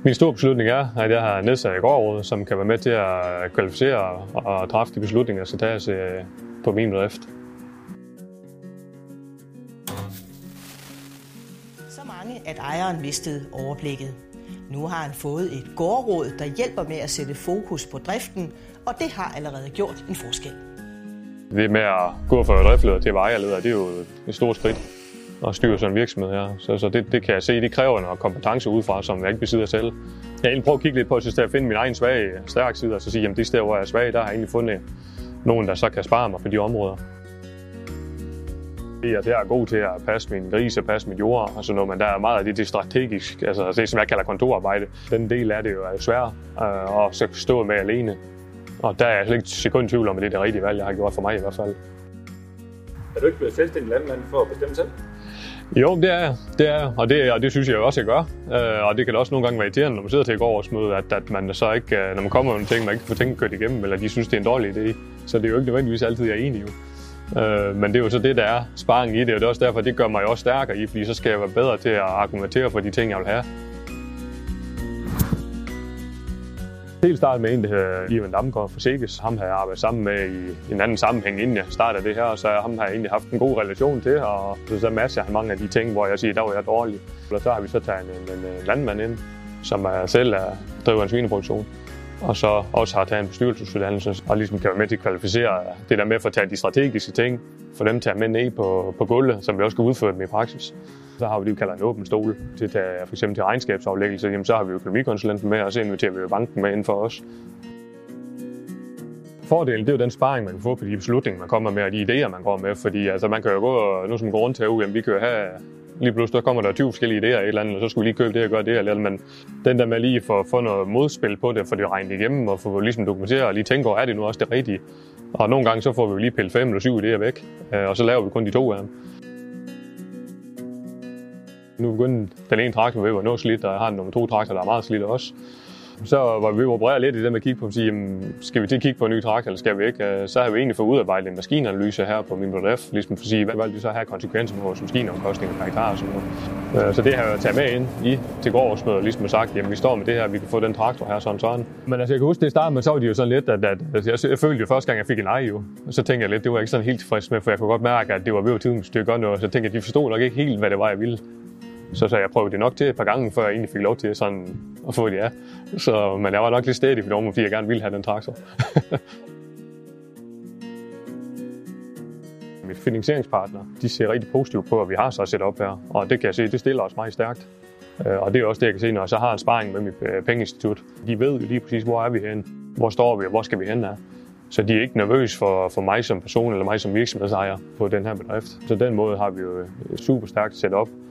Min store beslutning er, at jeg har nedsat et gårdråd, som kan være med til at kvalificere og træffe de beslutninger, der skal tages på min bedrift. Så mange, at ejeren mistede overblikket. Nu har han fået et gårdråd, der hjælper med at sætte fokus på driften, og det har allerede gjort en forskel. Det med at gå fra driftleder til ejerleder, det er jo et stort skridt at styre sådan en virksomhed her. Så det kan jeg se, det kræver noget kompetence udefra, som jeg ikke besidder selv. Jeg har prøvet at kigge lidt på, at finde min egen svage stærke side, og så sige, at det sted, hvor jeg er svag, der har jeg egentlig fundet nogen, der så kan spare mig på de områder. Jeg er god til at passe min grise og passe mit jord, og sådan noget, men der er meget af det strategisk, altså det som jeg kalder kontorarbejde. Den del af det jo er svært at stå med alene. Og der er jeg slet ikke sekund tvivl om, at det er det rigtige valg, jeg har gjort for mig i hvert fald. Er du ikke blevet selvstændig landmand for at bestemme selv? Jo, det er jeg, og det synes jeg også, jeg gør. Og det kan da også nogle gange være irriterende, når man sidder til et gårdsmøde, at man så ikke, når man kommer med nogle ting, man ikke får tingene kørt igennem, eller de synes, det er en dårlig idé. Så det er jo ikke nødvendigvis altid, jeg er enig jo. Men det er jo så det, der er sparring i det, og det er også derfor, det gør mig også stærkere i, fordi så skal jeg være bedre til at argumentere for de ting, jeg vil have. Helt startet med en, der hedder Ivan Damgaard fra Sikkes. Ham har jeg arbejdet sammen med i en anden sammenhæng, inden jeg startede det her, og så ham har jeg egentlig haft en god relation til, og så matcher han mange af de ting, hvor jeg siger, der var jeg dårlig. Og så har vi så taget en landmand ind, som selv driver en svineproduktion, og så også har taget en bestyrelsesuddannelse, og ligesom kan være med til at kvalificere det der med at tage de strategiske ting, for dem til at med ned på gulvet, som vi også skal udføre dem i praksis. Så har vi det, vi kalder en åben stol til at tage, for eksempel til regnskabsaflæggelse. Jamen, så har vi økonomikonsulenten med, og så inviterer vi banken med inden for os. Fordelen, det er jo den sparring, man kan få på de beslutninger, man kommer med, og de idéer, man går med. Fordi altså, man kan jo gå, nu som går rundt til jamen, vi kan jo have, lige pludselig der kommer der 20 forskellige idéer et eller andet, og så skulle vi lige købe det og gøre det eller andet. Men den der med lige at få noget modspil på det, for det regnet igennem, og få ligesom dokumenteret og lige tænke over, er det nu også det rigtige? Og nogle gange så får vi jo lige pillet 5 eller 7 idéer væk, og så laver vi kun de 2 af dem. Nu begyndte den ene traktor ved at være noget slidt, og jeg har en nummer 2 traktor, der er meget slidt også. Så var vi opereret lidt i det med at kigge på, at sige, jamen, skal vi til at kigge på en ny traktor, eller skal vi ikke? Så har vi egentlig fået udarbejdet en maskinanalyse her på min bedrift, ligesom for at sige, hvad vil vi så have konsekvenser på vores maskinomkostninger per hektar og sådan noget. Så det har jeg taget med ind til gårdsmødet, ligesom sagt, jamen vi står med det her, vi kan få den traktor her sådan. Men altså, jeg kan huske, det i starten, men så var de jo sådan lidt, at jeg følte jo første gang, jeg fik en eje jo. Så tænkte jeg lidt, det var jeg ikke sådan helt tilfreds med, for jeg kunne godt mærke, at det var ved at tiden til at gøre noget, så tænkte jeg, at de forstod nok ikke helt, hvad det var, jeg ville. Så jeg prøvede det nok til et par gange, før jeg egentlig fik lov til sådan at få det af. Men jeg var nok lidt stædig, fordi jeg gerne ville have den traktor. Mit finansieringspartner, de ser rigtig positivt på, at vi har så set op her. Og det kan jeg se, det stiller os meget stærkt. Og det er også det, jeg kan se, når jeg så har en sparring med mit pengeinstitut. De ved jo lige præcis, hvor er vi henne, hvor står vi, og hvor skal vi hen her. Så de er ikke nervøse for mig som person eller mig som virksomhedsejer på den her bedrift. Så den måde har vi jo et super stærkt setup.